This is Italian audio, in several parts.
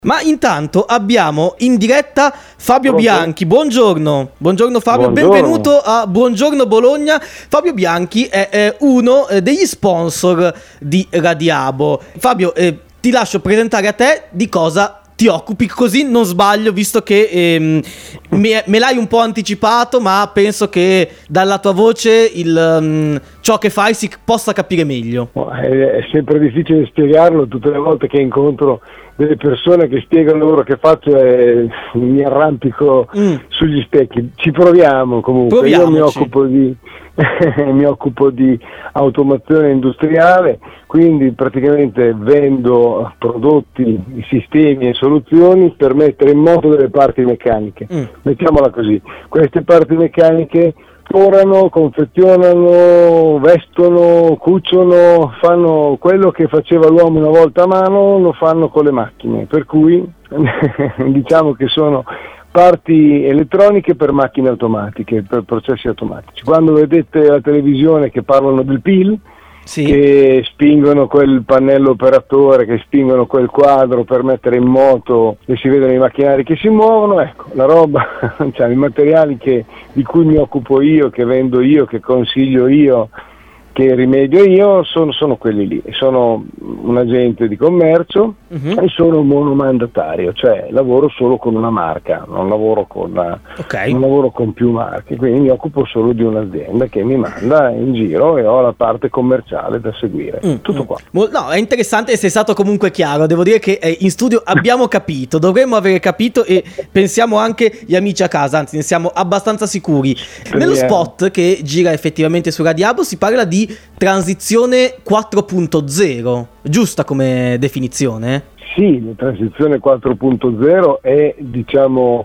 Ma intanto abbiamo in diretta Fabio Bianchi. Buongiorno Fabio, Buongiorno. Benvenuto a Buongiorno Bologna. Fabio Bianchi è uno degli sponsor di Radiabo. Fabio, ti lascio presentare a te di cosa ti occupi, così non sbaglio, visto che me l'hai un po' anticipato, ma penso che dalla tua voce ciò che fai si possa capire meglio. È sempre difficile spiegarlo, tutte le volte che incontro delle persone che spiegano loro che faccio mi arrampico sugli specchi. Ci proviamo comunque. Proviamoci. Io mi occupo di automazione industriale, quindi praticamente vendo prodotti, sistemi e soluzioni per mettere in moto delle parti meccaniche. Mettiamola così, queste parti meccaniche lavorano, confezionano, vestono, cuciono, fanno quello che faceva l'uomo una volta a mano, lo fanno con le macchine, per cui diciamo che sono parti elettroniche per macchine automatiche, per processi automatici. Quando vedete la televisione che parlano del PIL, sì, che spingono quel pannello operatore, che spingono quel quadro per mettere in moto e si vedono i macchinari che si muovono, ecco, la roba, cioè i materiali di cui mi occupo io, che vendo io, che consiglio io, che rimedio io, sono quelli lì. Sono un agente di commercio e sono un monomandatario, cioè lavoro solo con una marca, non lavoro con più marche, quindi mi occupo solo di un'azienda che mi manda in giro e ho la parte commerciale da seguire. Tutto qua. No, è interessante e sei stato comunque chiaro. Devo dire che in studio abbiamo capito, dovremmo avere capito, e pensiamo anche gli amici a casa, anzi ne siamo abbastanza sicuri. Nello spot che gira effettivamente su Radiabo si parla di transizione 4.0, giusta come definizione? Sì, la transizione 4.0 è, diciamo,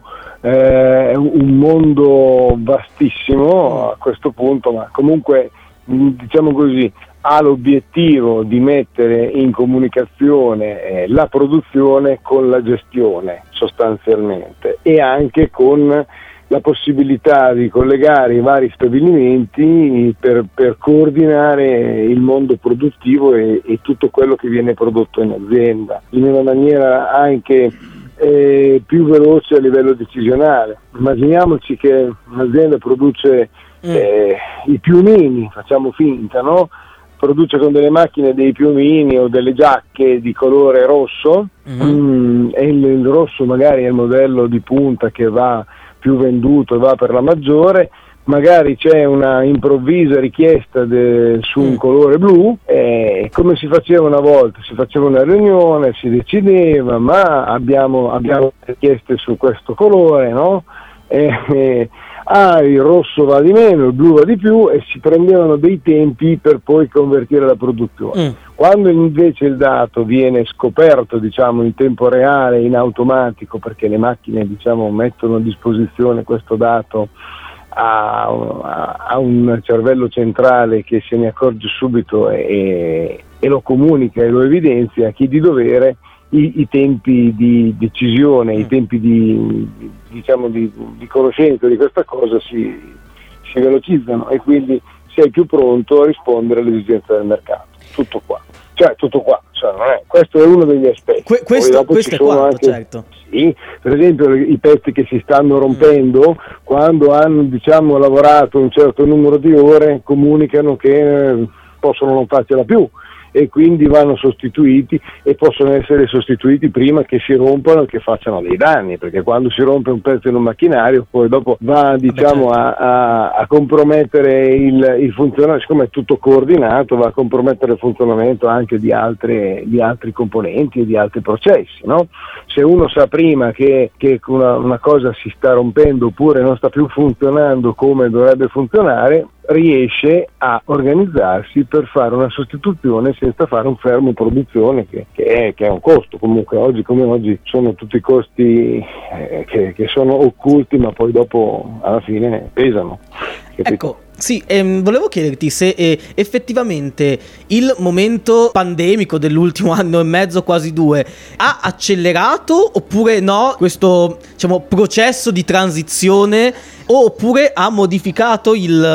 un mondo vastissimo a questo punto, ma comunque, diciamo così, ha l'obiettivo di mettere in comunicazione la produzione con la gestione, sostanzialmente, e anche con la possibilità di collegare i vari stabilimenti per coordinare il mondo produttivo e tutto quello che viene prodotto in azienda in una maniera anche più veloce a livello decisionale. Immaginiamoci che un'azienda produce i piumini, facciamo finta, no? Produce con delle macchine dei piumini o delle giacche di colore rosso, e il rosso magari è il modello di punta che va più venduto, va per la maggiore, magari c'è una improvvisa richiesta su un colore blu, come si faceva una volta, si faceva una riunione, si decideva, ma abbiamo richieste su questo colore, no? Il rosso va di meno, il blu va di più, e si prendevano dei tempi per poi convertire la produzione. Quando invece il dato viene scoperto, diciamo, in tempo reale, in automatico, perché le macchine, diciamo, mettono a disposizione questo dato a un cervello centrale che se ne accorge subito e lo comunica e lo evidenzia, a chi di dovere i tempi di decisione, i tempi di conoscenza di questa cosa si velocizzano, e quindi sei più pronto a rispondere alle esigenze del mercato. Tutto qua, non è, questo è uno degli aspetti. Questo è quanto, anche, certo. Sì, per esempio i pezzi che si stanno rompendo, quando hanno, diciamo, lavorato un certo numero di ore, comunicano che possono non farcela più, e quindi vanno sostituiti, e possono essere sostituiti prima che si rompano e che facciano dei danni, perché quando si rompe un pezzo in un macchinario poi dopo va, diciamo, a compromettere il funzionamento, siccome è tutto coordinato, va a compromettere il funzionamento anche di altri componenti e di altri processi, no? Se uno sa prima che una cosa si sta rompendo oppure non sta più funzionando come dovrebbe funzionare, riesce a organizzarsi per fare una sostituzione senza fare un fermo produzione che è un costo. Comunque oggi come oggi sono tutti costi che sono occulti, ma poi dopo alla fine pesano, capito? Ecco, sì, volevo chiederti se effettivamente il momento pandemico dell'ultimo anno e mezzo, quasi 2, ha accelerato oppure no questo, diciamo, processo di transizione, oppure ha modificato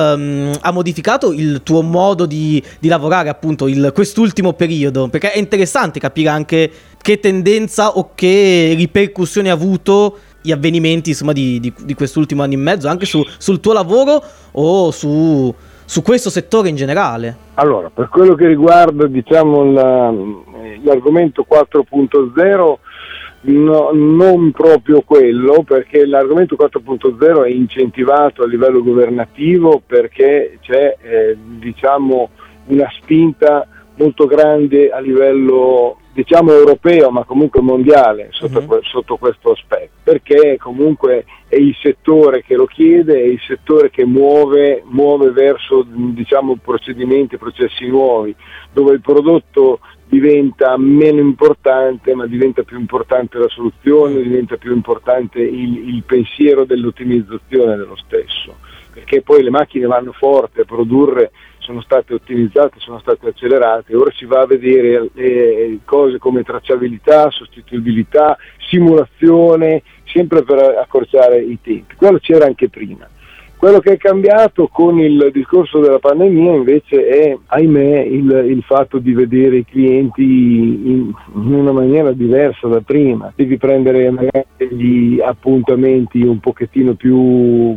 il tuo modo di lavorare, appunto, quest'ultimo periodo, perché è interessante capire anche che tendenza o che ripercussioni ha avuto gli avvenimenti, insomma, di quest'ultimo anno e mezzo, anche sul tuo lavoro o su questo settore in generale? Allora, per quello che riguarda, diciamo, l'argomento 4.0, no, non proprio quello, perché l'argomento 4.0 è incentivato a livello governativo perché c'è diciamo una spinta molto grande a livello, diciamo, europeo, ma comunque mondiale sotto questo aspetto, perché comunque è il settore che lo chiede, è il settore che muove verso, diciamo, processi nuovi, dove il prodotto diventa meno importante, ma diventa più importante la soluzione, diventa più importante il pensiero dell'ottimizzazione dello stesso, perché poi le macchine vanno forte a produrre, sono state ottimizzate, sono state accelerate, ora si va a vedere cose come tracciabilità, sostituibilità, simulazione, sempre per accorciare i tempi. Quello c'era anche prima. Quello che è cambiato con il discorso della pandemia invece è, ahimè, il fatto di vedere i clienti in una maniera diversa da prima. Devi prendere magari degli appuntamenti un pochettino più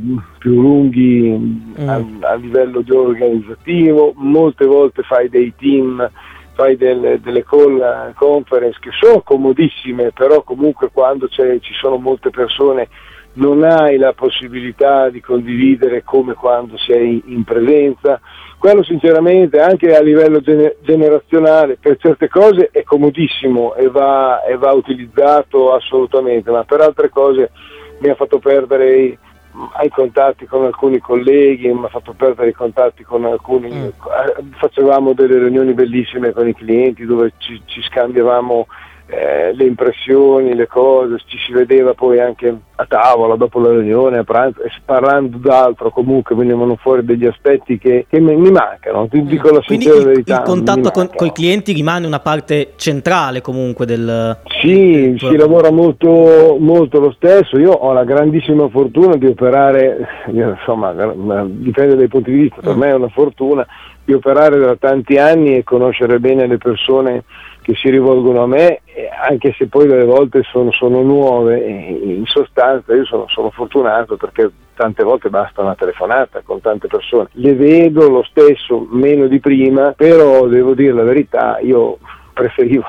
lunghi a livello organizzativo, molte volte fai dei team, fai delle call conference che sono comodissime, però comunque quando ci sono molte persone non hai la possibilità di condividere come quando sei in presenza. Quello sinceramente anche a livello generazionale per certe cose è comodissimo e va utilizzato assolutamente, ma per altre cose mi ha fatto perdere ai contatti con alcuni colleghi, mi ha fatto perdere i contatti con alcuni, facevamo delle riunioni bellissime con i clienti dove ci scambiavamo le impressioni, le cose, ci si vedeva poi anche a tavola dopo la riunione, a pranzo, e parlando d'altro comunque venivano fuori degli aspetti che mi mancano, ti dico la sincera verità. Il contatto con i clienti rimane una parte centrale comunque del... Sì, si lavora molto, molto lo stesso. Io ho la grandissima fortuna di operare, insomma, dipende dai punti di vista, per me è una fortuna di operare da tanti anni e conoscere bene le persone che si rivolgono a me, anche se poi delle volte sono nuove. In sostanza io sono fortunato perché tante volte basta una telefonata con tante persone, le vedo lo stesso, meno di prima, però devo dire la verità, io preferivo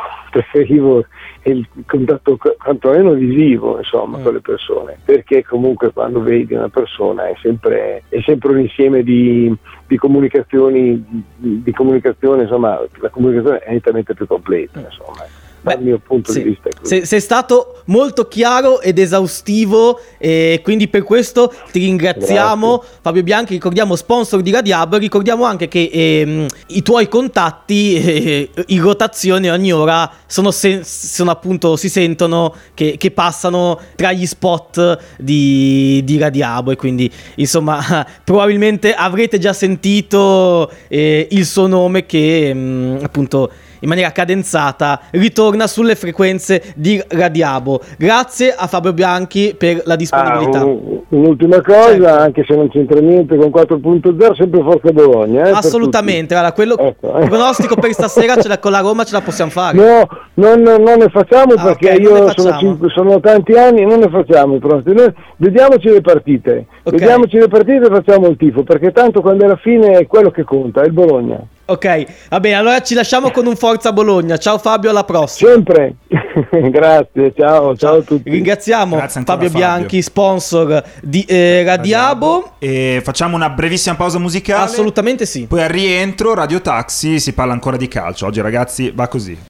il contatto quantomeno visivo, insomma, con le persone, perché comunque quando vedi una persona è sempre un insieme di comunicazione, insomma, la comunicazione è nettamente più completa, insomma. Dal mio punto di vista. Sei stato molto chiaro ed esaustivo, e quindi per questo ti ringraziamo. Grazie. Fabio Bianchi, ricordiamo sponsor di Radiabo, ricordiamo anche che i tuoi contatti in rotazione ogni ora sono appunto, si sentono che passano tra gli spot di Radiabo, e quindi insomma probabilmente avrete già sentito il suo nome che appunto in maniera cadenzata ritorna sulle frequenze di Radiabo. Grazie a Fabio Bianchi per la disponibilità. Un'ultima cosa, certo, anche se non c'entra niente con 4.0, sempre Forza Bologna. Assolutamente, guarda, quello pronostico per stasera con la Roma ce la possiamo fare. No, non ne facciamo perché okay, io sono tanti anni, non ne facciamo i pronostici. Noi vediamoci le partite, e facciamo il tifo, perché tanto quando è la fine è quello che conta, è il Bologna. Ok, va bene, allora ci lasciamo con un Forza Bologna. Ciao Fabio, alla prossima. Sempre. Grazie, ciao a tutti. Ringraziamo Fabio Bianchi, sponsor di Radiabo. E facciamo una brevissima pausa musicale. Assolutamente sì. Poi al rientro Radio Taxi si parla ancora di calcio. Oggi ragazzi va così.